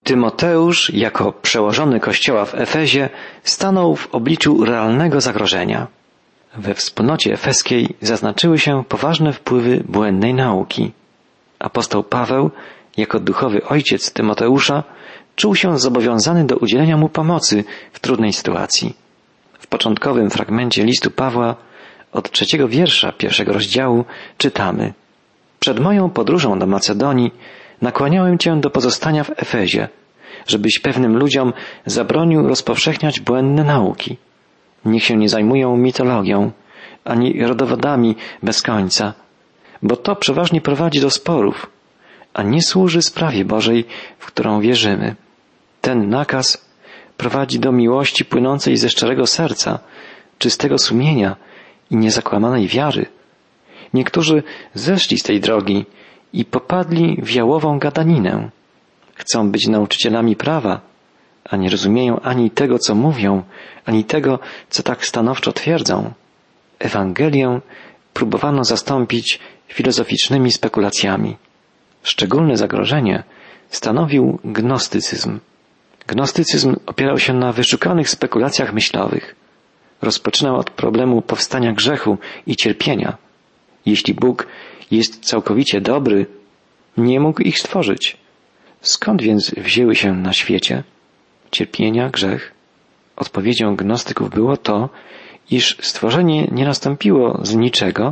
Tymoteusz, jako przełożony Kościoła w Efezie, stanął w obliczu realnego zagrożenia. We wspólnocie efeskiej zaznaczyły się poważne wpływy błędnej nauki. Apostoł Paweł, jako duchowy ojciec Tymoteusza, czuł się zobowiązany do udzielenia mu pomocy w trudnej sytuacji. W początkowym fragmencie listu Pawła, od 3 wiersza 1 rozdziału, czytamy: Przed moją podróżą do Macedonii nakłaniałem Cię do pozostania w Efezie, żebyś pewnym ludziom zabronił rozpowszechniać błędne nauki. Niech się nie zajmują mitologią, ani rodowodami bez końca, bo to przeważnie prowadzi do sporów, a nie służy sprawie Bożej, w którą wierzymy. Ten nakaz prowadzi do miłości płynącej ze szczerego serca, czystego sumienia i niezakłamanej wiary. Niektórzy zeszli z tej drogi i popadli w jałową gadaninę. Chcą być nauczycielami prawa, a nie rozumieją ani tego, co mówią, ani tego, co tak stanowczo twierdzą. Ewangelię próbowano zastąpić filozoficznymi spekulacjami. Szczególne zagrożenie stanowił gnostycyzm. Gnostycyzm opierał się na wyszukanych spekulacjach myślowych. Rozpoczynał od problemu powstania grzechu i cierpienia. Jeśli Bóg jest całkowicie dobry, nie mógł ich stworzyć. Skąd więc wzięły się na świecie cierpienia, grzech? Odpowiedzią gnostyków było to, iż stworzenie nie nastąpiło z niczego,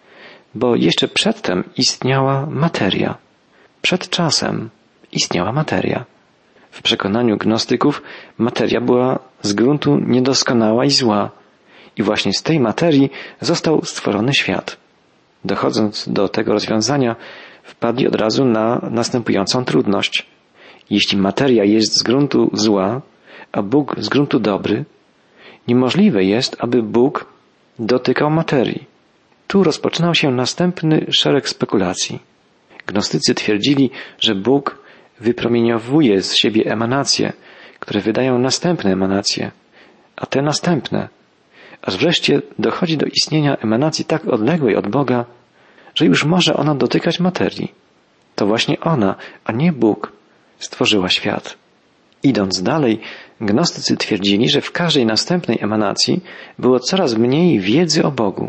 bo jeszcze przedtem istniała materia. Przed czasem istniała materia. W przekonaniu gnostyków materia była z gruntu niedoskonała i zła i właśnie z tej materii został stworzony świat. Dochodząc do tego rozwiązania, wpadli od razu na następującą trudność. Jeśli materia jest z gruntu zła, a Bóg z gruntu dobry, niemożliwe jest, aby Bóg dotykał materii. Tu rozpoczynał się następny szereg spekulacji. Gnostycy twierdzili, że Bóg wypromieniowuje z siebie emanacje, które wydają następne emanacje, a te następne, aż wreszcie dochodzi do istnienia emanacji tak odległej od Boga, że już może ona dotykać materii. To właśnie ona, a nie Bóg, stworzyła świat. Idąc dalej, gnostycy twierdzili, że w każdej następnej emanacji było coraz mniej wiedzy o Bogu,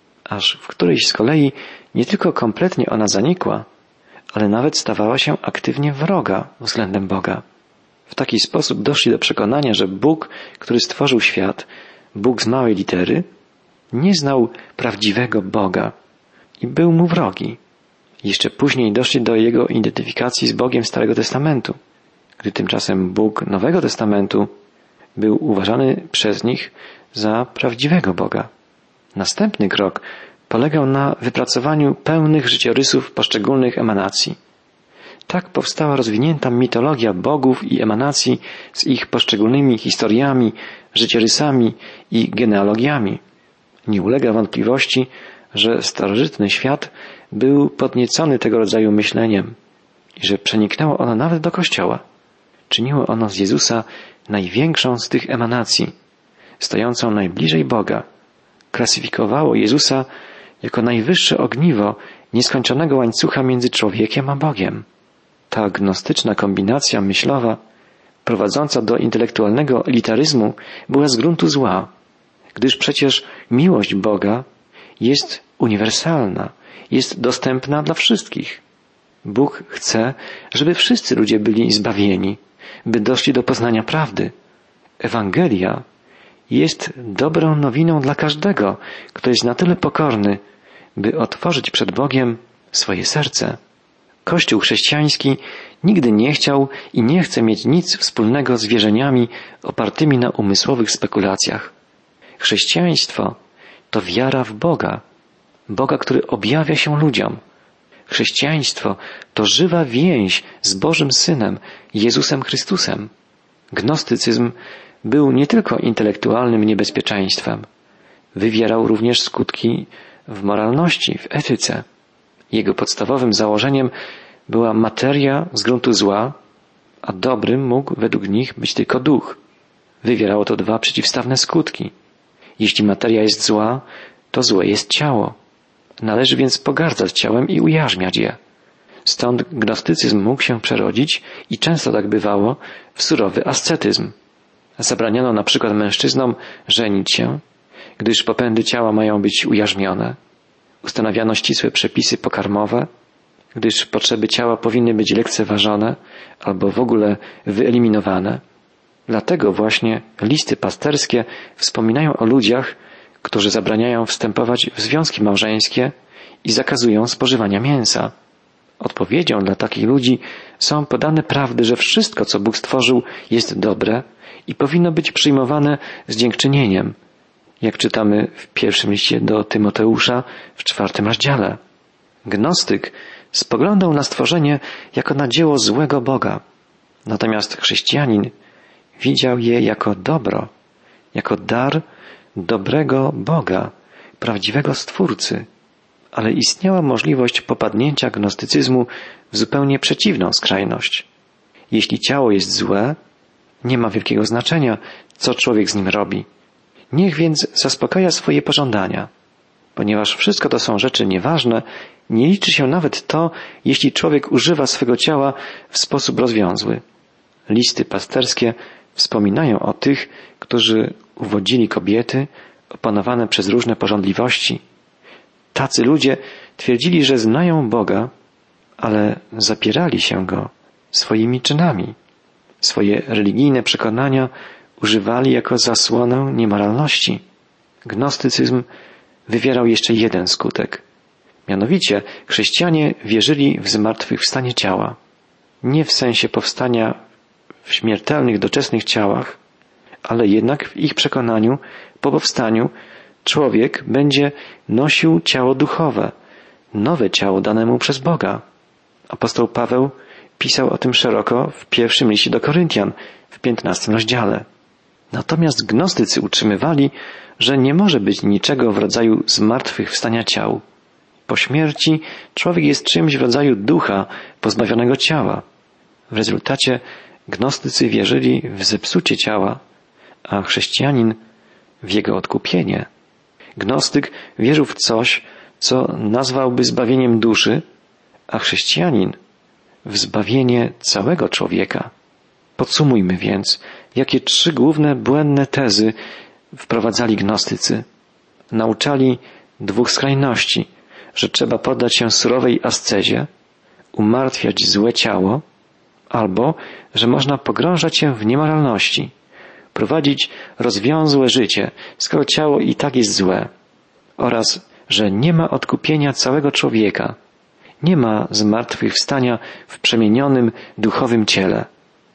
aż w którejś z kolei nie tylko kompletnie ona zanikła, ale nawet stawała się aktywnie wroga względem Boga. W taki sposób doszli do przekonania, że Bóg, który stworzył świat, Bóg z małej litery, nie znał prawdziwego Boga i był mu wrogi. Jeszcze później doszli do jego identyfikacji z Bogiem Starego Testamentu, gdy tymczasem Bóg Nowego Testamentu był uważany przez nich za prawdziwego Boga. Następny krok polegał na wypracowaniu pełnych życiorysów poszczególnych emanacji. Tak powstała rozwinięta mitologia bogów i emanacji z ich poszczególnymi historiami, życiorysami i genealogiami. Nie ulega wątpliwości, że starożytny świat był podniecony tego rodzaju myśleniem i że przeniknęło ono nawet do Kościoła. Czyniło ono z Jezusa największą z tych emanacji, stojącą najbliżej Boga. Klasyfikowało Jezusa jako najwyższe ogniwo nieskończonego łańcucha między człowiekiem a Bogiem. Ta gnostyczna kombinacja myślowa, prowadząca do intelektualnego litaryzmu, była z gruntu zła, gdyż przecież miłość Boga jest uniwersalna, jest dostępna dla wszystkich. Bóg chce, żeby wszyscy ludzie byli zbawieni, by doszli do poznania prawdy. Ewangelia jest dobrą nowiną dla każdego, kto jest na tyle pokorny, by otworzyć przed Bogiem swoje serce. Kościół chrześcijański nigdy nie chciał i nie chce mieć nic wspólnego z wierzeniami opartymi na umysłowych spekulacjach. Chrześcijaństwo to wiara w Boga, Boga, który objawia się ludziom. Chrześcijaństwo to żywa więź z Bożym Synem, Jezusem Chrystusem. Gnostycyzm był nie tylko intelektualnym niebezpieczeństwem. Wywierał również skutki w moralności, w etyce. Jego podstawowym założeniem była materia z gruntu zła, a dobrym mógł według nich być tylko duch. Wywierało to dwa przeciwstawne skutki. Jeśli materia jest zła, to złe jest ciało. Należy więc pogardzać ciałem i ujarzmiać je. Stąd gnostycyzm mógł się przerodzić i często tak bywało w surowy ascetyzm. Zabraniano na przykład mężczyznom żenić się, gdyż popędy ciała mają być ujarzmione. Ustanawiano ścisłe przepisy pokarmowe, gdyż potrzeby ciała powinny być lekceważone albo w ogóle wyeliminowane. Dlatego właśnie listy pasterskie wspominają o ludziach, którzy zabraniają wstępować w związki małżeńskie i zakazują spożywania mięsa. Odpowiedzią dla takich ludzi są podane prawdy, że wszystko, co Bóg stworzył, jest dobre i powinno być przyjmowane z dziękczynieniem, jak czytamy w pierwszym liście do Tymoteusza w 4 rozdziale. Gnostyk spoglądał na stworzenie jako na dzieło złego Boga, natomiast chrześcijanin widział je jako dobro, jako dar dobrego Boga, prawdziwego Stwórcy. Ale istniała możliwość popadnięcia gnostycyzmu w zupełnie przeciwną skrajność. Jeśli ciało jest złe, nie ma wielkiego znaczenia, co człowiek z nim robi. Niech więc zaspokaja swoje pożądania. Ponieważ wszystko to są rzeczy nieważne, nie liczy się nawet to, jeśli człowiek używa swego ciała w sposób rozwiązły. Listy pasterskie wspominają o tych, którzy uwodzili kobiety opanowane przez różne pożądliwości. Tacy ludzie twierdzili, że znają Boga, ale zapierali się Go swoimi czynami. Swoje religijne przekonania używali jako zasłonę niemoralności. Gnostycyzm wywierał jeszcze jeden skutek. Mianowicie chrześcijanie wierzyli w zmartwychwstanie ciała. Nie w sensie powstania w śmiertelnych, doczesnych ciałach, ale jednak w ich przekonaniu po powstaniu człowiek będzie nosił ciało duchowe, nowe ciało dane mu przez Boga. Apostoł Paweł pisał o tym szeroko w pierwszym liście do Koryntian, w 15 rozdziale. Natomiast gnostycy utrzymywali, że nie może być niczego w rodzaju zmartwychwstania ciał. Po śmierci człowiek jest czymś w rodzaju ducha pozbawionego ciała. W rezultacie gnostycy wierzyli w zepsucie ciała, a chrześcijanin w jego odkupienie. Gnostyk wierzył w coś, co nazwałby zbawieniem duszy, a chrześcijanin w zbawienie całego człowieka. Podsumujmy więc, jakie 3 główne błędne tezy wprowadzali gnostycy. Nauczali 2 skrajności, że trzeba poddać się surowej ascezie, umartwiać złe ciało, albo że można pogrążać się w niemoralności, prowadzić rozwiązłe życie, skoro ciało i tak jest złe, oraz że nie ma odkupienia całego człowieka, nie ma zmartwychwstania w przemienionym duchowym ciele.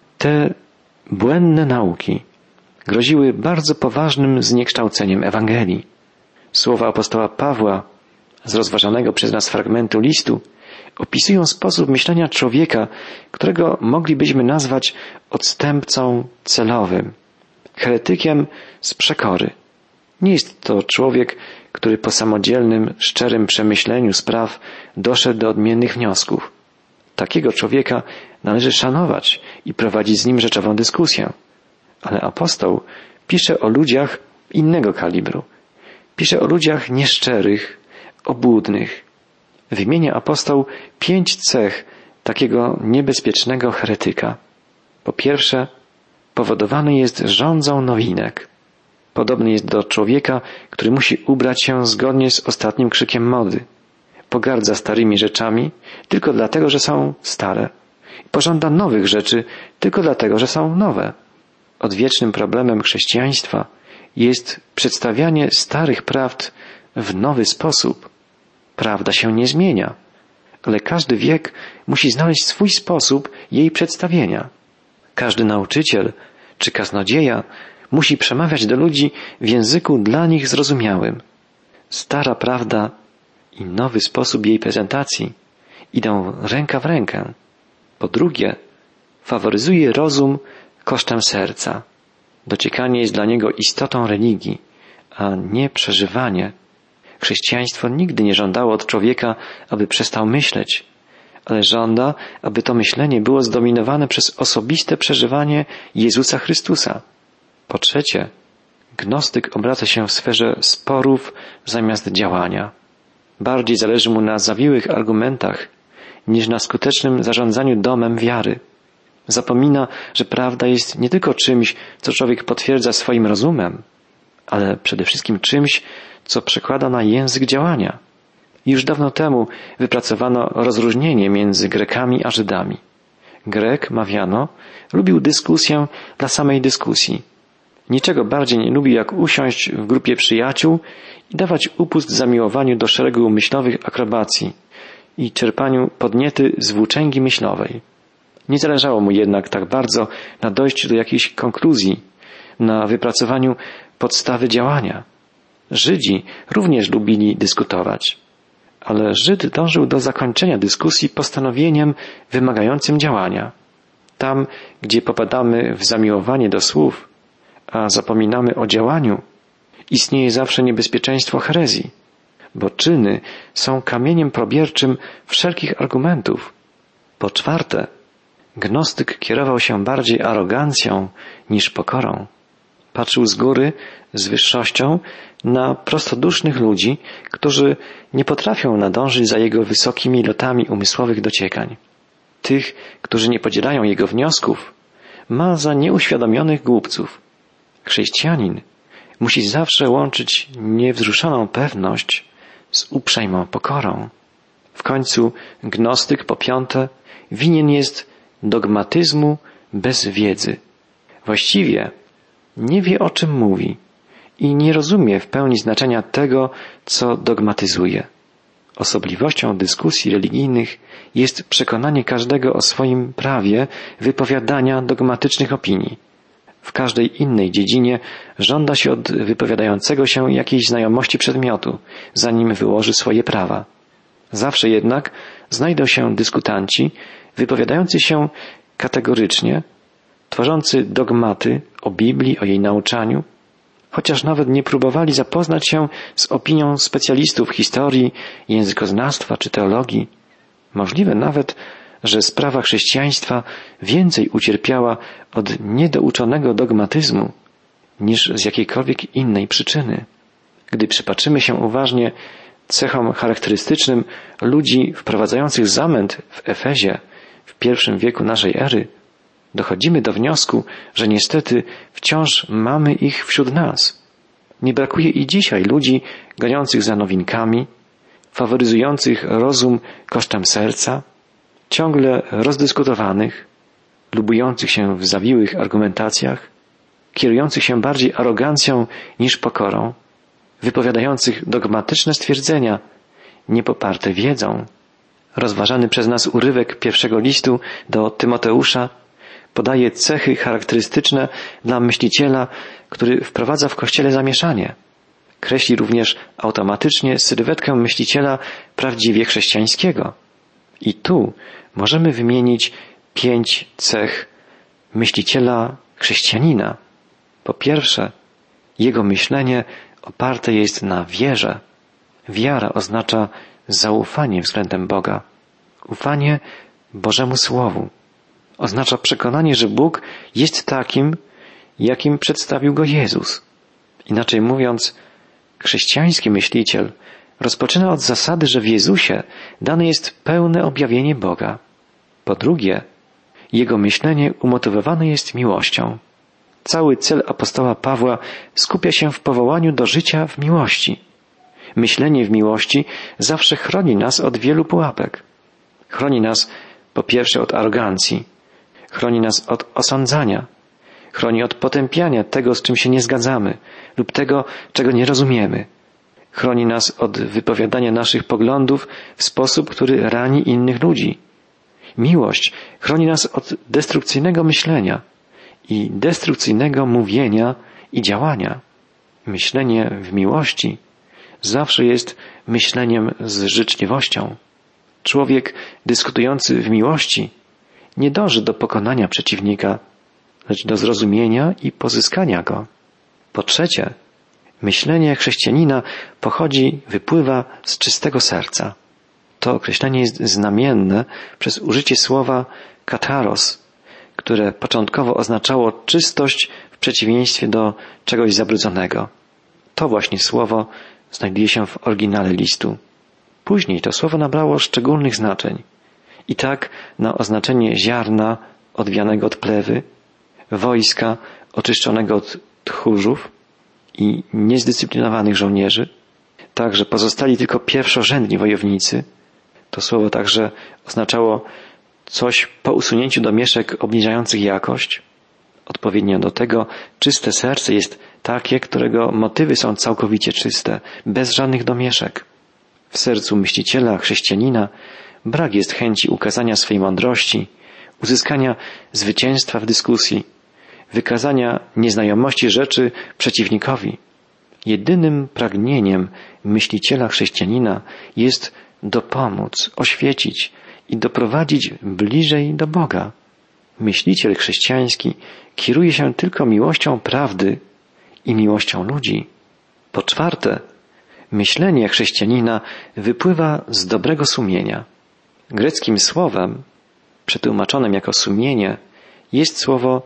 Te błędne nauki groziły bardzo poważnym zniekształceniem Ewangelii. Słowa apostoła Pawła z rozważanego przez nas fragmentu listu opisują sposób myślenia człowieka, którego moglibyśmy nazwać odstępcą celowym, heretykiem z przekory. Nie jest to człowiek, który po samodzielnym, szczerym przemyśleniu spraw doszedł do odmiennych wniosków. Takiego człowieka należy szanować i prowadzić z nim rzeczową dyskusję. Ale apostoł pisze o ludziach innego kalibru. Pisze o ludziach nieszczerych, obłudnych. Wymienia apostoł 5 cech takiego niebezpiecznego heretyka. Po pierwsze, powodowany jest żądzą nowinek. Podobny jest do człowieka, który musi ubrać się zgodnie z ostatnim krzykiem mody. Pogardza starymi rzeczami tylko dlatego, że są stare. Pożąda nowych rzeczy tylko dlatego, że są nowe. Odwiecznym problemem chrześcijaństwa jest przedstawianie starych prawd w nowy sposób. Prawda się nie zmienia, ale każdy wiek musi znaleźć swój sposób jej przedstawienia. Każdy nauczyciel czy kaznodzieja musi przemawiać do ludzi w języku dla nich zrozumiałym. Stara prawda i nowy sposób jej prezentacji idą ręka w rękę. Po drugie, faworyzuje rozum kosztem serca. Dociekanie jest dla niego istotą religii, a nie przeżywanie. Chrześcijaństwo nigdy nie żądało od człowieka, aby przestał myśleć, ale żąda, aby to myślenie było zdominowane przez osobiste przeżywanie Jezusa Chrystusa. Po trzecie, gnostyk obraca się w sferze sporów zamiast działania. Bardziej zależy mu na zawiłych argumentach niż na skutecznym zarządzaniu domem wiary. Zapomina, że prawda jest nie tylko czymś, co człowiek potwierdza swoim rozumem, ale przede wszystkim czymś, co przekłada na język działania. Już dawno temu wypracowano rozróżnienie między Grekami a Żydami. Grek, mawiano, lubił dyskusję dla samej dyskusji. Niczego bardziej nie lubił, jak usiąść w grupie przyjaciół i dawać upust zamiłowaniu do szeregu myślowych akrobacji i czerpaniu podniety z włóczęgi myślowej. Nie zależało mu jednak tak bardzo na dojściu do jakiejś konkluzji, na wypracowaniu podstawy działania. Żydzi również lubili dyskutować, ale Żyd dążył do zakończenia dyskusji postanowieniem wymagającym działania. Tam, gdzie popadamy w zamiłowanie do słów, a zapominamy o działaniu, istnieje zawsze niebezpieczeństwo herezji, bo czyny są kamieniem probierczym wszelkich argumentów. Po czwarte, gnostyk kierował się bardziej arogancją niż pokorą. Patrzył z góry, z wyższością na prostodusznych ludzi, którzy nie potrafią nadążyć za jego wysokimi lotami umysłowych dociekań. Tych, którzy nie podzielają jego wniosków, ma za nieuświadomionych głupców. Chrześcijanin musi zawsze łączyć niewzruszoną pewność z uprzejmą pokorą. W końcu gnostyk, po piąte, winien jest dogmatyzmu bez wiedzy. Właściwie nie wie, o czym mówi i nie rozumie w pełni znaczenia tego, co dogmatyzuje. Osobliwością dyskusji religijnych jest przekonanie każdego o swoim prawie wypowiadania dogmatycznych opinii. W każdej innej dziedzinie żąda się od wypowiadającego się jakiejś znajomości przedmiotu, zanim wyłoży swoje prawa. Zawsze jednak znajdą się dyskutanci wypowiadający się kategorycznie, tworzący dogmaty o Biblii, o jej nauczaniu, chociaż nawet nie próbowali zapoznać się z opinią specjalistów historii, językoznawstwa czy teologii. Możliwe nawet, że sprawa chrześcijaństwa więcej ucierpiała od niedouczonego dogmatyzmu niż z jakiejkolwiek innej przyczyny. Gdy przypatrzymy się uważnie cechom charakterystycznym ludzi wprowadzających zamęt w Efezie w I wieku naszej ery, dochodzimy do wniosku, że niestety wciąż mamy ich wśród nas. Nie brakuje i dzisiaj ludzi goniących za nowinkami, faworyzujących rozum kosztem serca, ciągle rozdyskutowanych, lubujących się w zawiłych argumentacjach, kierujących się bardziej arogancją niż pokorą, wypowiadających dogmatyczne stwierdzenia, niepoparte wiedzą. Rozważany przez nas urywek pierwszego listu do Tymoteusza podaje cechy charakterystyczne dla myśliciela, który wprowadza w Kościele zamieszanie. Kreśli również automatycznie sylwetkę myśliciela prawdziwie chrześcijańskiego. I tu możemy wymienić 5 cech myśliciela chrześcijanina. Po pierwsze, jego myślenie oparte jest na wierze. Wiara oznacza zaufanie względem Boga. Ufanie Bożemu Słowu. Oznacza przekonanie, że Bóg jest takim, jakim przedstawił go Jezus. Inaczej mówiąc, chrześcijański myśliciel rozpoczyna od zasady, że w Jezusie dane jest pełne objawienie Boga. Po drugie, jego myślenie umotywowane jest miłością. Cały cel apostoła Pawła skupia się w powołaniu do życia w miłości. Myślenie w miłości zawsze chroni nas od wielu pułapek. Chroni nas po pierwsze od arogancji, chroni nas od osądzania, chroni od potępiania tego, z czym się nie zgadzamy lub tego, czego nie rozumiemy. Chroni nas od wypowiadania naszych poglądów w sposób, który rani innych ludzi. Miłość chroni nas od destrukcyjnego myślenia i destrukcyjnego mówienia i działania. Myślenie w miłości zawsze jest myśleniem z życzliwością. Człowiek dyskutujący w miłości nie dąży do pokonania przeciwnika, lecz do zrozumienia i pozyskania go. Po trzecie, myślenie chrześcijanina wypływa z czystego serca. To określenie jest znamienne przez użycie słowa kataros, które początkowo oznaczało czystość w przeciwieństwie do czegoś zabrudzonego. To właśnie słowo znajduje się w oryginale listu. Później to słowo nabrało szczególnych znaczeń. I tak na oznaczenie ziarna odwianego od plewy, wojska oczyszczonego od tchórzów i niezdyscyplinowanych żołnierzy, tak, że pozostali tylko pierwszorzędni wojownicy. To słowo także oznaczało coś po usunięciu domieszek obniżających jakość. Odpowiednio do tego czyste serce jest takie, którego motywy są całkowicie czyste, bez żadnych domieszek. W sercu myśliciela, chrześcijanina brak jest chęci ukazania swej mądrości, uzyskania zwycięstwa w dyskusji, wykazania nieznajomości rzeczy przeciwnikowi. Jedynym pragnieniem myśliciela chrześcijanina jest dopomóc, oświecić i doprowadzić bliżej do Boga. Myśliciel chrześcijański kieruje się tylko miłością prawdy i miłością ludzi. Po czwarte, myślenie chrześcijanina wypływa z dobrego sumienia. Greckim słowem, przetłumaczonym jako sumienie, jest słowo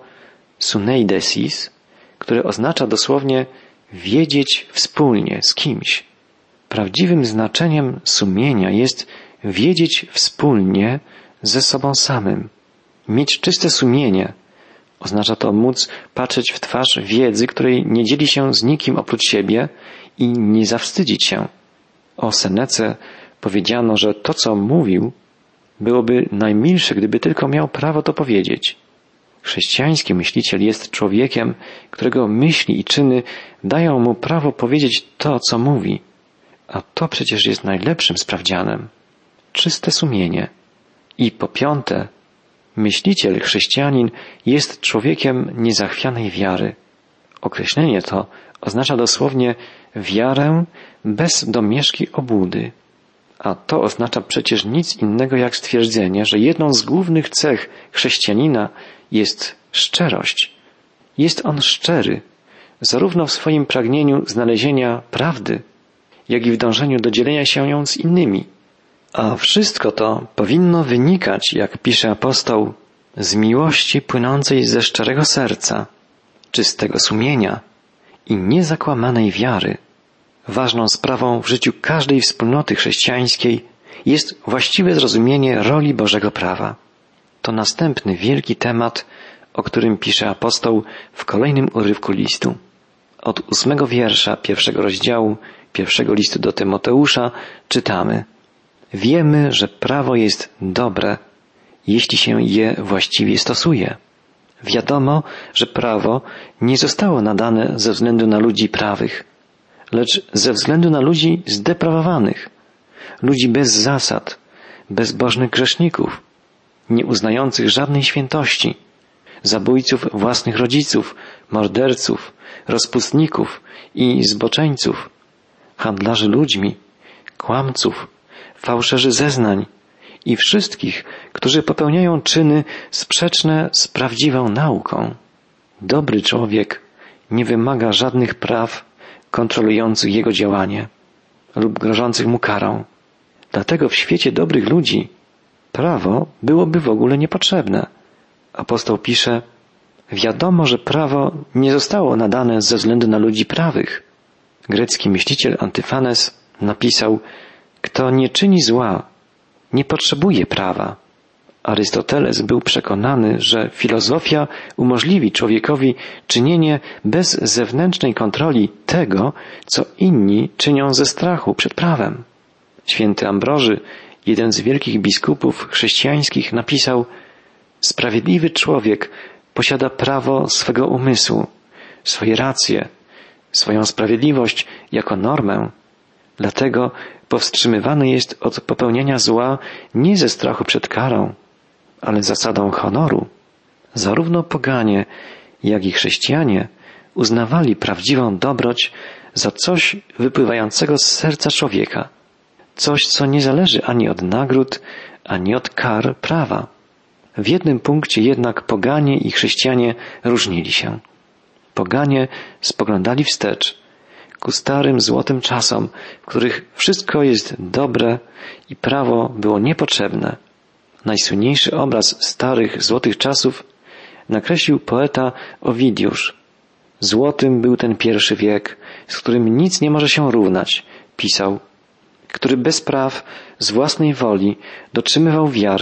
suneidesis, które oznacza dosłownie wiedzieć wspólnie z kimś. Prawdziwym znaczeniem sumienia jest wiedzieć wspólnie ze sobą samym. Mieć czyste sumienie oznacza to móc patrzeć w twarz wiedzy, której nie dzieli się z nikim oprócz siebie i nie zawstydzić się. O Senece powiedziano, że to, co mówił, byłoby najmilsze, gdyby tylko miał prawo to powiedzieć. Chrześcijański myśliciel jest człowiekiem, którego myśli i czyny dają mu prawo powiedzieć to, co mówi. A to przecież jest najlepszym sprawdzianem. Czyste sumienie. I po piąte, myśliciel, chrześcijanin jest człowiekiem niezachwianej wiary. Określenie to oznacza dosłownie wiarę bez domieszki obłudy. A to oznacza przecież nic innego jak stwierdzenie, że jedną z głównych cech chrześcijanina jest szczerość. Jest on szczery, zarówno w swoim pragnieniu znalezienia prawdy, jak i w dążeniu do dzielenia się nią z innymi. A wszystko to powinno wynikać, jak pisze apostoł, z miłości płynącej ze szczerego serca, czystego sumienia i niezakłamanej wiary. Ważną sprawą w życiu każdej wspólnoty chrześcijańskiej jest właściwe zrozumienie roli Bożego prawa. To następny wielki temat, o którym pisze apostoł w kolejnym urywku listu. Od 8 wiersza 1 rozdziału 1 listu do Tymoteusza czytamy: Wiemy, że prawo jest dobre, jeśli się je właściwie stosuje. Wiadomo, że prawo nie zostało nadane ze względu na ludzi prawych, lecz ze względu na ludzi zdeprawowanych, ludzi bez zasad, bezbożnych grzeszników, nie uznających żadnej świętości, zabójców własnych rodziców, morderców, rozpustników i zboczeńców, handlarzy ludźmi, kłamców, fałszerzy zeznań i wszystkich, którzy popełniają czyny sprzeczne z prawdziwą nauką. Dobry człowiek nie wymaga żadnych praw kontrolujących jego działanie lub grożących mu karą. Dlatego w świecie dobrych ludzi prawo byłoby w ogóle niepotrzebne. Apostoł pisze: wiadomo, że prawo nie zostało nadane ze względu na ludzi prawych. Grecki myśliciel Antyfanes napisał: kto nie czyni zła, nie potrzebuje prawa. Arystoteles był przekonany, że filozofia umożliwi człowiekowi czynienie bez zewnętrznej kontroli tego, co inni czynią ze strachu przed prawem. Święty Ambroży, jeden z wielkich biskupów chrześcijańskich, napisał: sprawiedliwy człowiek posiada prawo swego umysłu, swoje racje, swoją sprawiedliwość jako normę. Dlatego powstrzymywany jest od popełniania zła nie ze strachu przed karą, ale zasadą honoru. Zarówno poganie, jak i chrześcijanie uznawali prawdziwą dobroć za coś wypływającego z serca człowieka, coś, co nie zależy ani od nagród, ani od kar prawa. W jednym punkcie jednak poganie i chrześcijanie różnili się. Poganie spoglądali wstecz, ku starym, złotym czasom, w których wszystko jest dobre i prawo było niepotrzebne. Najsłynniejszy obraz starych, złotych czasów nakreślił poeta Owidiusz. Złotym był ten pierwszy wiek, z którym nic nie może się równać, pisał, który bez praw, z własnej woli dotrzymywał wiary,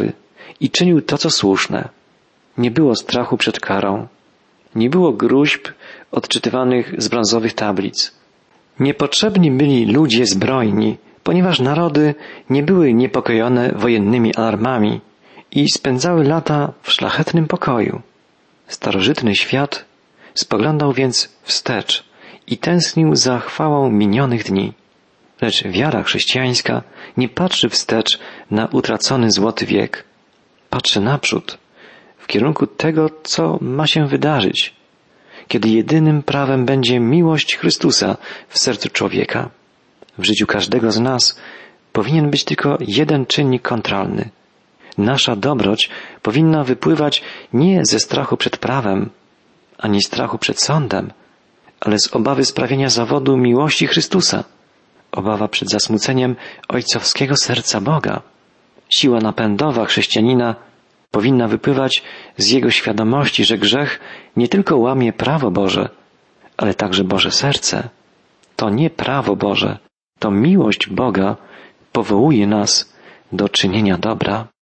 i czynił to, co słuszne. Nie było strachu przed karą. Nie było gróźb odczytywanych z brązowych tablic. Niepotrzebni byli ludzie zbrojni, ponieważ narody nie były niepokojone wojennymi alarmami i spędzały lata w szlachetnym pokoju. Starożytny świat spoglądał więc wstecz i tęsknił za chwałą minionych dni. Lecz wiara chrześcijańska nie patrzy wstecz na utracony złoty wiek. Patrzy naprzód, w kierunku tego, co ma się wydarzyć, kiedy jedynym prawem będzie miłość Chrystusa w sercu człowieka. W życiu każdego z nas powinien być tylko jeden czynnik kontrolny. Nasza dobroć powinna wypływać nie ze strachu przed prawem, ani strachu przed sądem, ale z obawy sprawienia zawodu miłości Chrystusa. Obawa przed zasmuceniem ojcowskiego serca Boga. Siła napędowa chrześcijanina powinna wypływać z jego świadomości, że grzech nie tylko łamie prawo Boże, ale także Boże serce. To nie prawo Boże, to miłość Boga powołuje nas do czynienia dobra.